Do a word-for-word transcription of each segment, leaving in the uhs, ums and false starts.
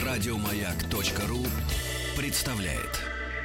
Радиомаяк.ру представляет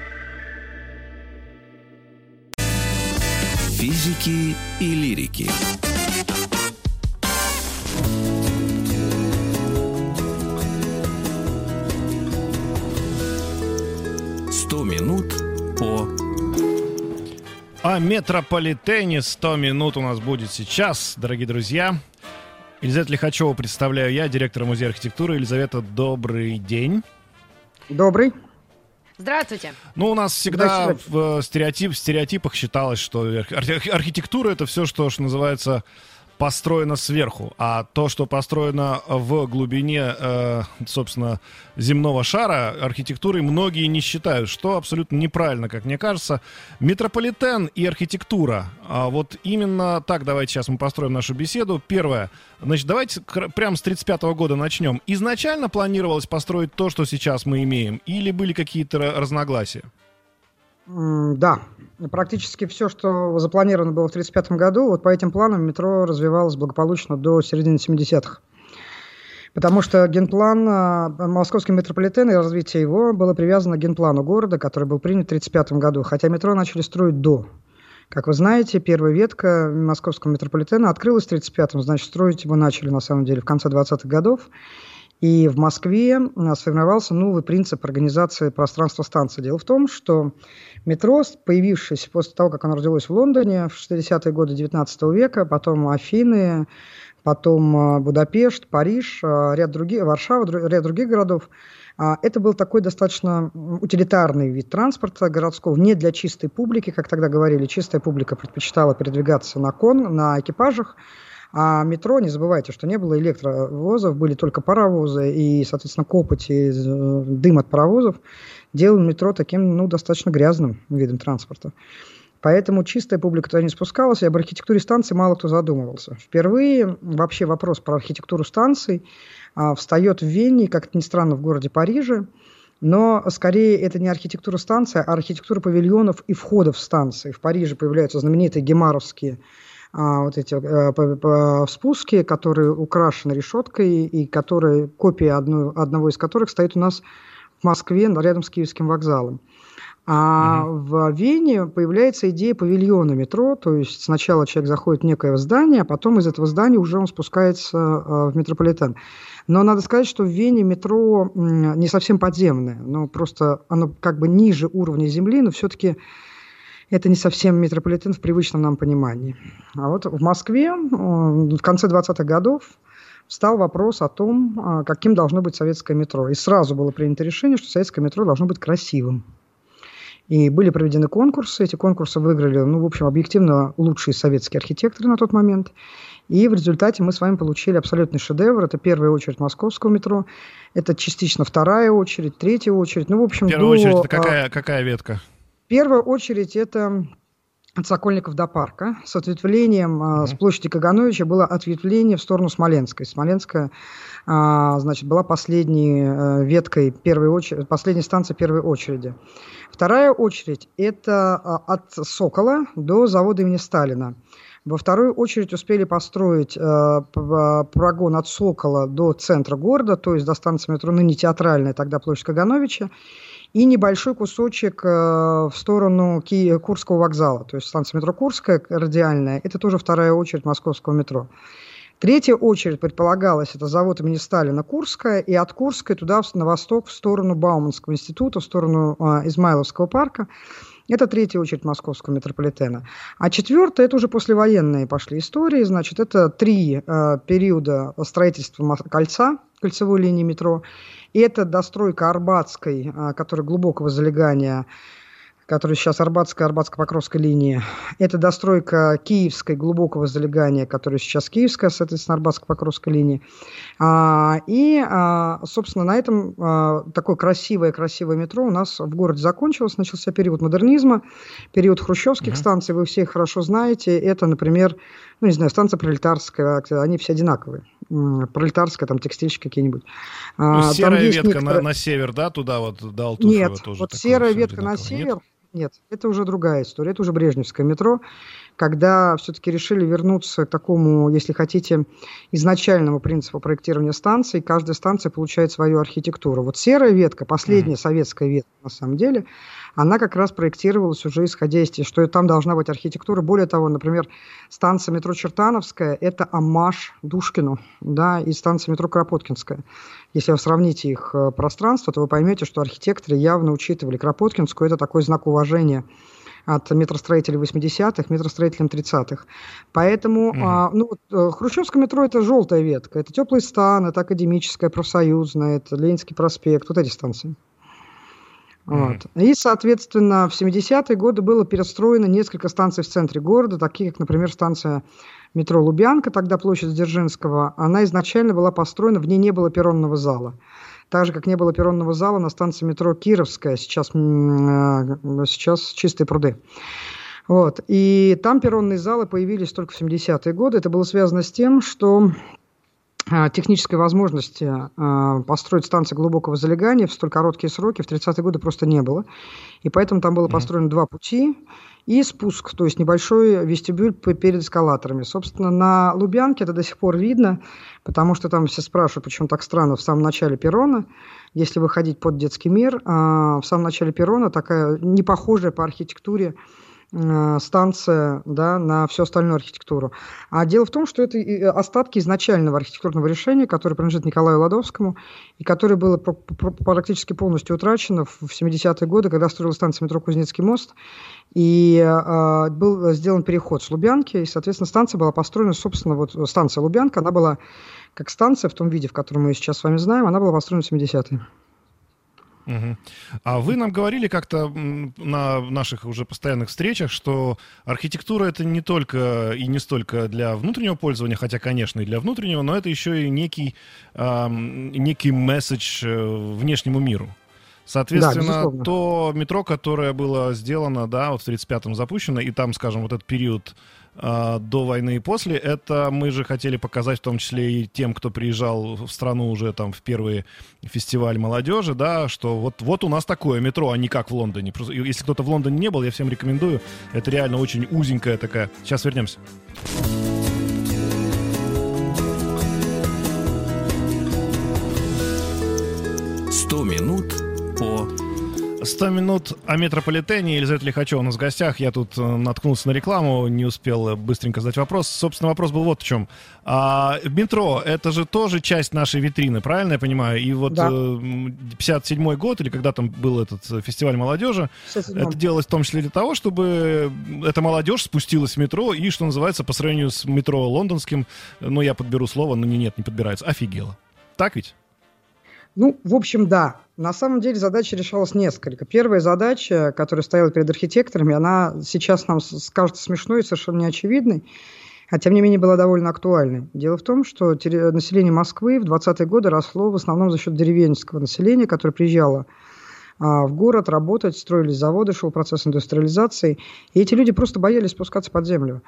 Физики и лирики. Сто минут по... О метрополитене сто минут у нас будет сейчас, дорогие друзья. Елизавета Лихачева представляю я, директор Музея архитектуры. Елизавета, добрый день. Добрый. Здравствуйте. Ну, у нас всегда в, стереотип, в стереотипах считалось, что архитектура — это все, что, что называется, построено сверху. А то, что построено в глубине, э, собственно, земного шара, архитектурой многие не считают, что абсолютно неправильно, как мне кажется. Метрополитен и архитектура. А вот именно так давайте сейчас мы построим нашу беседу. Первое. Значит, давайте прямо с тридцать пятого года начнем. Изначально планировалось построить то, что сейчас мы имеем, или были какие-то разногласия? Да, практически все, что запланировано было в тридцать пятом году, вот по этим планам метро развивалось благополучно до середины семидесятых. Потому что генплан московского метрополитена и развитие его было привязано к генплану города, который был принят в тридцать пятом году, хотя метро начали строить до. Как вы знаете, первая ветка московского метрополитена открылась в тридцать пятом, значит, строить его начали на самом деле в конце двадцатых годов. И в Москве сформировался новый принцип организации пространства станции. Дело в том, что метро, появившееся после того, как оно родилось в Лондоне в шестидесятые годы девятнадцатого века, потом Афины, потом Будапешт, Париж, ряд других, Варшава, ряд других городов, это был такой достаточно утилитарный вид транспорта городского, не для чистой публики, как тогда говорили. Чистая публика предпочитала передвигаться на кон, на экипажах. А метро, не забывайте, что не было электровозов, были только паровозы, и, соответственно, копоть и дым от паровозов делали метро таким, ну, достаточно грязным видом транспорта. Поэтому чистая публика туда не спускалась, и об архитектуре станций мало кто задумывался. Впервые вообще вопрос про архитектуру станций а, встает в Вене, как это ни странно, в городе Париже, но скорее это не архитектура станции, а архитектура павильонов и входов в станции. В Париже появляются знаменитые гемаровские А, вот эти а, по, по, спуски, которые украшены решеткой, и которые, копия одно, одного из которых стоит у нас в Москве рядом с Киевским вокзалом. А mm-hmm. в Вене появляется идея павильона метро, то есть сначала человек заходит в некое здание, а потом из этого здания уже он спускается а, в метрополитен. Но надо сказать, что в Вене метро м, не совсем подземное, но просто оно как бы ниже уровня земли, но все-таки это не совсем метрополитен в привычном нам понимании. А вот в Москве в конце двадцатых годов встал вопрос о том, каким должно быть советское метро. И сразу было принято решение, что советское метро должно быть красивым. И были проведены конкурсы. Эти конкурсы выиграли, ну, в общем, объективно лучшие советские архитекторы на тот момент. И в результате мы с вами получили абсолютный шедевр. Это первая очередь московского метро. Это частично вторая очередь, третья очередь. Ну, в общем, Первая до... очередь, это какая, какая ветка? В первую очередь это от Сокольников до парка. С ответвлением mm-hmm. с площади Кагановича было ответвление в сторону Смоленской. Смоленская, значит, была последней веткой первой очереди, последней станции первой очереди. Вторая очередь это от Сокола до завода имени Сталина. Во вторую очередь успели построить прогон от Сокола до центра города, то есть до станции метро ныне Театральная, тогда площадь Кагановича. И небольшой кусочек э, в сторону Ки- Курского вокзала. То есть станция метро Курская, радиальная, это тоже вторая очередь московского метро. Третья очередь предполагалась, это завод имени Сталина Курская, и от Курской туда на восток, в сторону Бауманского института, в сторону э, Измайловского парка. Это третья очередь московского метрополитена. А четвертая, это уже послевоенные пошли истории, значит, это три э, периода строительства кольца, кольцевой линии метро. И это достройка Арбатской, которая глубокого залегания, которая сейчас Арбатская, Арбатско-Покровская линия. Это достройка Киевской глубокого залегания, которая сейчас Киевская, соответственно, Арбатско-Покровская линия. И, собственно, на этом такое красивое-красивое метро у нас в городе закончилось. Начался период модернизма, период хрущевских mm-hmm. станций. Вы все их хорошо знаете. Это, например, ну, не знаю, станция Пролетарская. Они все одинаковые. Пролетарская, там текстильщики какие-нибудь. Ну, серая ветка некоторые... на, на север, да, туда вот до Алтушева? Нет, тоже вот серая ветка одинаковое. на север. Нет? Нет, это уже другая история, это уже брежневское метро, когда все-таки решили вернуться к такому, если хотите, изначальному принципу проектирования станций. Каждая станция получает свою архитектуру. Вот серая ветка, последняя mm-hmm. советская ветка, на самом деле, она как раз проектировалась уже исходя из того, что там должна быть архитектура. Более того, например, станция метро Чертановская – это оммаж Душкину, да, и станция метро Кропоткинская. Если вы сравните их пространство, то вы поймете, что архитекторы явно учитывали Кропоткинскую. Это такой знак уважения от метростроителей восьмидесятых, метростроителям тридцатых. Поэтому, mm-hmm. а, ну, вот, Хрущевское метро – это желтая ветка, это Теплый стан, это Академическая, Профсоюзная, это Ленинский проспект, вот эти станции. Mm-hmm. Вот. И, соответственно, в семидесятые годы было перестроено несколько станций в центре города, такие как, например, станция метро Лубянка, тогда площадь Дзержинского. Она изначально была построена, в ней не было перронного зала. Так же, как не было перронного зала на станции метро Кировская, сейчас, сейчас Чистые пруды. Вот. И там перронные залы появились только в семидесятые годы. Это было связано с тем, что технической возможности построить станции глубокого залегания в столь короткие сроки в тридцатые годы просто не было. И поэтому там было построено mm-hmm. два пути и спуск, то есть небольшой вестибюль перед эскалаторами. Собственно, на Лубянке это до сих пор видно, потому что там все спрашивают, почему так странно в самом начале перрона, если выходить под детский мир, в самом начале перрона такая непохожая по архитектуре станция, да, на всю остальную архитектуру. А дело в том, что это остатки изначального архитектурного решения, которое принадлежит Николаю Ладовскому, и которое было практически полностью утрачено в семидесятые годы, когда строилась станция метро Кузнецкий мост, и э, был сделан переход с Лубянки, и, соответственно, станция была построена, собственно, вот станция Лубянка, она была как станция в том виде, в котором мы ее сейчас с вами знаем, она была построена в семидесятые. Угу. А вы нам говорили как-то на наших уже постоянных встречах, что архитектура это не только и не столько для внутреннего пользования, хотя, конечно, и для внутреннего, но это еще и некий, э, некий месседж внешнему миру. Соответственно, да, то метро, которое было сделано, да, вот в тридцать пятом запущено, и там, скажем, вот этот период э, до войны и после, это мы же хотели показать в том числе и тем, кто приезжал в страну уже там в первый фестиваль молодежи, да, что вот, вот у нас такое метро, а не как в Лондоне. Просто, если кто-то в Лондоне не был, я всем рекомендую. Это реально очень узенькая такая. Сейчас вернемся. Сто минут по... сто минут о метрополитене. Елизавета Лихачева у нас в гостях. Я тут наткнулся на рекламу, не успел быстренько задать вопрос. Собственно, вопрос был вот в чем. А, метро — это же тоже часть нашей витрины, правильно я понимаю? И вот да. пятьдесят седьмой год, или когда там был этот фестиваль молодежи, это делалось в том числе для того, чтобы эта молодежь спустилась в метро и, что называется, по сравнению с метро лондонским, ну, я подберу слово, но нет, не подбирается, офигела. Так ведь? Ну, в общем, да. На самом деле задача решалась несколько. Первая задача, которая стояла перед архитекторами, она сейчас нам кажется смешной и совершенно неочевидной, а тем не менее была довольно актуальной. Дело в том, что население Москвы в двадцатые годы росло в основном за счет деревенского населения, которое приезжало в город работать, строились заводы, шел процесс индустриализации, и эти люди просто боялись спускаться под землю.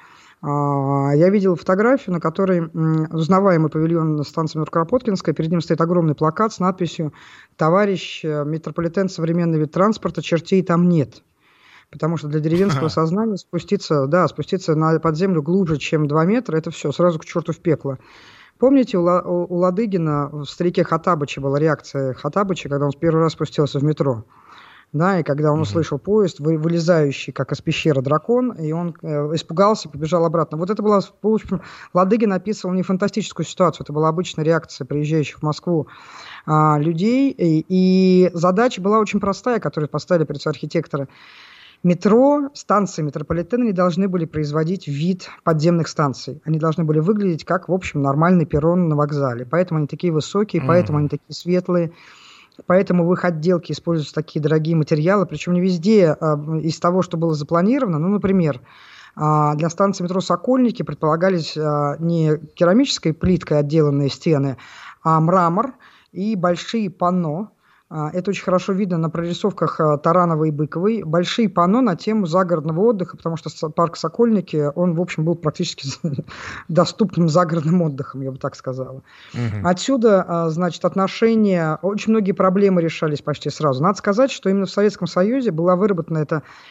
Я видел фотографию, на которой узнаваемый павильон на станции метро Кропоткинская, перед ним стоит огромный плакат с надписью «Товарищ метрополитен, современный вид транспорта, чертей там нет». Потому что для деревенского сознания спуститься, да, спуститься на, под землю глубже, чем два метра, это все, сразу к черту в пекло. Помните, у, у, у Ладыгина в «Старике Хоттабыча» была реакция Хоттабыча, когда он первый раз спустился в метро? Да, и когда он услышал поезд, вы, вылезающий, как из пещеры, дракон, и он э, испугался, побежал обратно. Вот это была, в общем, Ладыгин описывал не фантастическую ситуацию, это была обычная реакция приезжающих в Москву э, людей, и, и задача была очень простая, которую поставили перед собой архитекторы. Метро, станции метрополитена не должны были производить вид подземных станций. Они должны были выглядеть как, в общем, нормальный перрон на вокзале. Поэтому они такие высокие, mm-hmm. поэтому они такие светлые. Поэтому в их отделке используются такие дорогие материалы, причем не везде а, из того, что было запланировано. Ну, например, а, для станции метро Сокольники предполагались а, не керамической плиткой отделанные стены, а мрамор и большие панно. А, это очень хорошо видно на прорисовках а, Тарановой и Быковой. Большие панно на тему загородного отдыха, потому что парк Сокольники, он, в общем, был практически доступным загородным отдыхом, я бы так сказала. Угу. Отсюда, а, значит, отношения, очень многие проблемы решались почти сразу. Надо сказать, что именно в Советском Союзе была выработана эта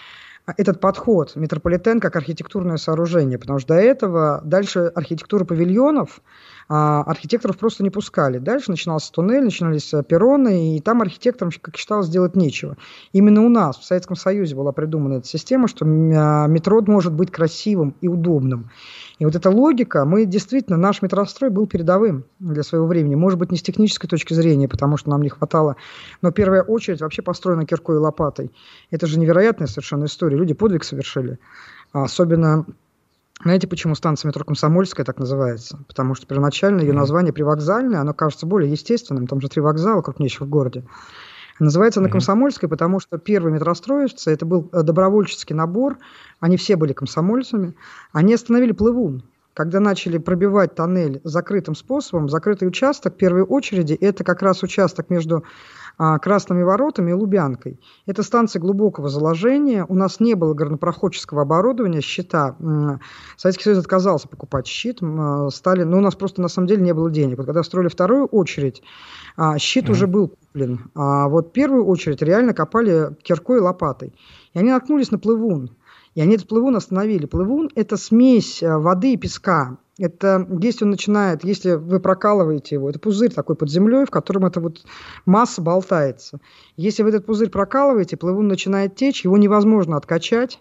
этот подход, метрополитен как архитектурное сооружение, потому что до этого дальше архитектура павильонов а, архитекторов просто не пускали. Дальше начинался туннель, начинались перроны, и там архитекторам, как считалось, делать нечего. Именно у нас, в Советском Союзе, была придумана эта система, что метро может быть красивым и удобным. И вот эта логика, мы действительно, наш метрострой был передовым для своего времени. Может быть, не с технической точки зрения, потому что нам не хватало, но первая очередь вообще построена киркой и лопатой. Это же невероятная совершенно история. Люди подвиг совершили. Особенно, знаете, почему станция метро Комсомольская так называется? Потому что первоначально ее название привокзальное, оно кажется более естественным. Там же три вокзала крупнейших в городе. Называется она Комсомольской, потому что первые метростроевцы, это был добровольческий набор, они все были комсомольцами, они остановили Плывун. Когда начали пробивать тоннель закрытым способом, закрытый участок, в первой очереди, это как раз участок между а, Красными воротами и Лубянкой. Это станция глубокого заложения, у нас не было горнопроходческого оборудования, щита. Советский Союз отказался покупать щит, стали, но у нас просто на самом деле не было денег. Вот когда строили вторую очередь, а, щит mm-hmm. уже был куплен, а вот первую очередь реально копали киркой и лопатой. И они наткнулись на Плывун. И они этот Плывун остановили. Плывун – это смесь воды и песка. Это, если он начинает, если вы прокалываете его, это пузырь такой под землей, в котором эта вот масса болтается. Если вы этот пузырь прокалываете, Плывун начинает течь, его невозможно откачать,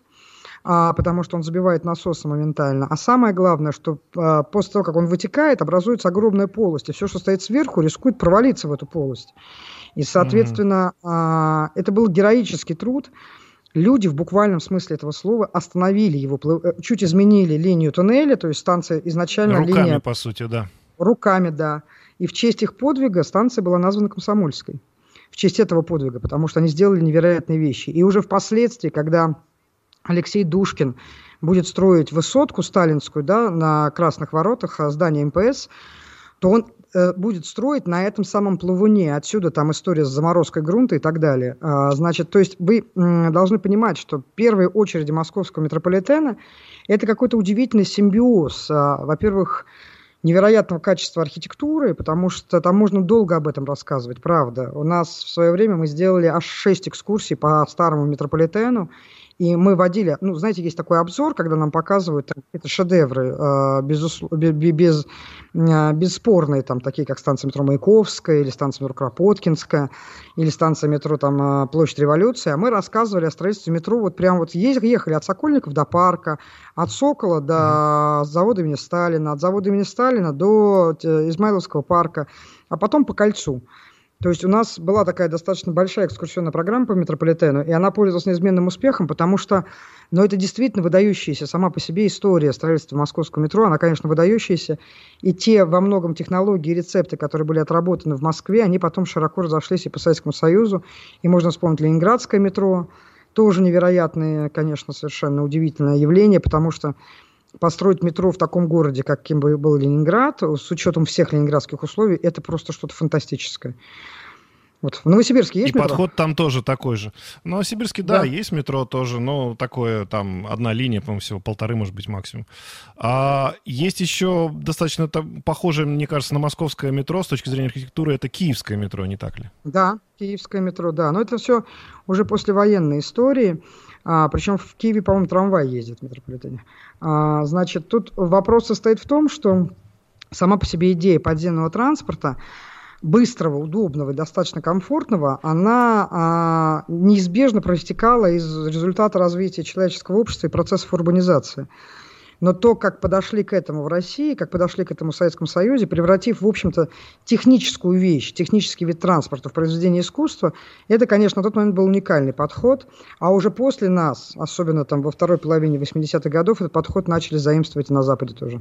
а, потому что он забивает насосы моментально. А самое главное, что а, после того, как он вытекает, образуется огромная полость, и все, что стоит сверху, рискует провалиться в эту полость. И, соответственно, mm-hmm. а, это был героический труд. Люди в буквальном смысле этого слова остановили его, чуть изменили линию туннеля, то есть станция изначально руками, линия... по сути, да. Руками, да. И в честь их подвига станция была названа Комсомольской. В честь этого подвига, потому что они сделали невероятные вещи. И уже впоследствии, когда Алексей Душкин будет строить высотку сталинскую, да, на Красных воротах, здание эм пэ эс, то он э, будет строить на этом самом Плывуне. Отсюда там история с заморозкой грунта и так далее. А, значит, то есть вы м, должны понимать, что первые очереди московского метрополитена – это какой-то удивительный симбиоз. А, во-первых, невероятного качества архитектуры, потому что там можно долго об этом рассказывать, правда. У нас в свое время мы сделали аж шесть экскурсий по старому метрополитену, и мы водили, ну, знаете, есть такой обзор, когда нам показывают какие-то шедевры, э, безуслов, без, без, э, бесспорные, там, такие как станция метро Маяковская, или станция метро Кропоткинская, или станция метро там, Площадь Революции, а мы рассказывали о строительстве метро, вот прям вот ехали от Сокольников до парка, от Сокола до mm-hmm. завода имени Сталина, от завода имени Сталина до Измайловского парка, а потом по кольцу. То есть у нас была такая достаточно большая экскурсионная программа по метрополитену, и она пользовалась неизменным успехом, потому что, ну, это действительно выдающаяся сама по себе история строительства московского метро, она, конечно, выдающаяся, и те во многом технологии и рецепты, которые были отработаны в Москве, они потом широко разошлись и по Советскому Союзу, и можно вспомнить Ленинградское метро, тоже невероятное, конечно, совершенно удивительное явление, потому что построить метро в таком городе, каким был Ленинград, с учетом всех ленинградских условий, это просто что-то фантастическое. Вот. В Новосибирске есть и метро? И подход там тоже такой же. В Новосибирске, да, да, есть метро тоже, но такое, там, одна линия, по-моему, всего полторы, может быть, максимум. А есть еще достаточно там, похожее, мне кажется, на московское метро с точки зрения архитектуры, это киевское метро, не так ли? Да, киевское метро, да. Но это все уже послевоенные истории. А, причем в Киеве, по-моему, трамвай ездит в метрополитене. А, значит, тут вопрос состоит в том, что сама по себе идея подземного транспорта, быстрого, удобного и достаточно комфортного, она а, неизбежно проистекала из результата развития человеческого общества и процессов урбанизации. Но то, как подошли к этому в России, как подошли к этому в Советском Союзе, превратив, в общем-то, техническую вещь, технический вид транспорта в произведение искусства, это, конечно, на тот момент был уникальный подход. А уже после нас, особенно там во второй половине восьмидесятых годов, этот подход начали заимствовать и на Западе тоже.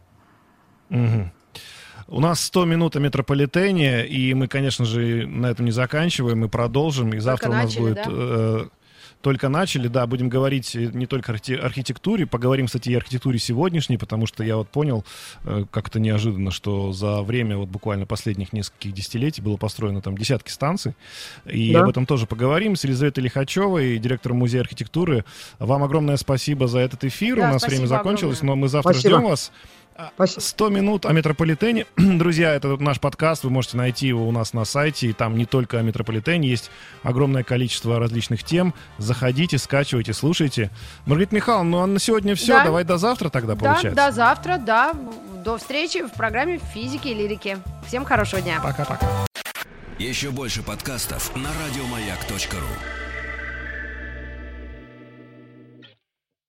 Угу. У нас сто минут о метрополитене, и мы, конечно же, на этом не заканчиваем, мы продолжим. И завтра только у нас начали, будет... Да? Э, только начали, да, будем говорить не только о архитектуре, поговорим, кстати, и о архитектуре сегодняшней, потому что я вот понял, э, как-то неожиданно, что за время вот буквально последних нескольких десятилетий было построено там десятки станций, и да. об этом тоже поговорим с Елизаветой Лихачевой, директором Музея архитектуры. Вам огромное спасибо за этот эфир, да, у нас время закончилось, огромное. Но мы завтра спасибо. Ждем вас. Спасибо. сто минут о метрополитене. Друзья, это наш подкаст, вы можете найти его у нас на сайте, и там не только о метрополитене, есть огромное количество различных тем. Заходите, скачивайте, слушайте. Маргарита Михайловна, ну а на сегодня все, да. Давай до завтра тогда, да, получается. Да, до завтра, да, до встречи в программе «Физики и лирики». Всем хорошего дня. Пока-пока. Еще больше подкастов на радиомаяк точка ру.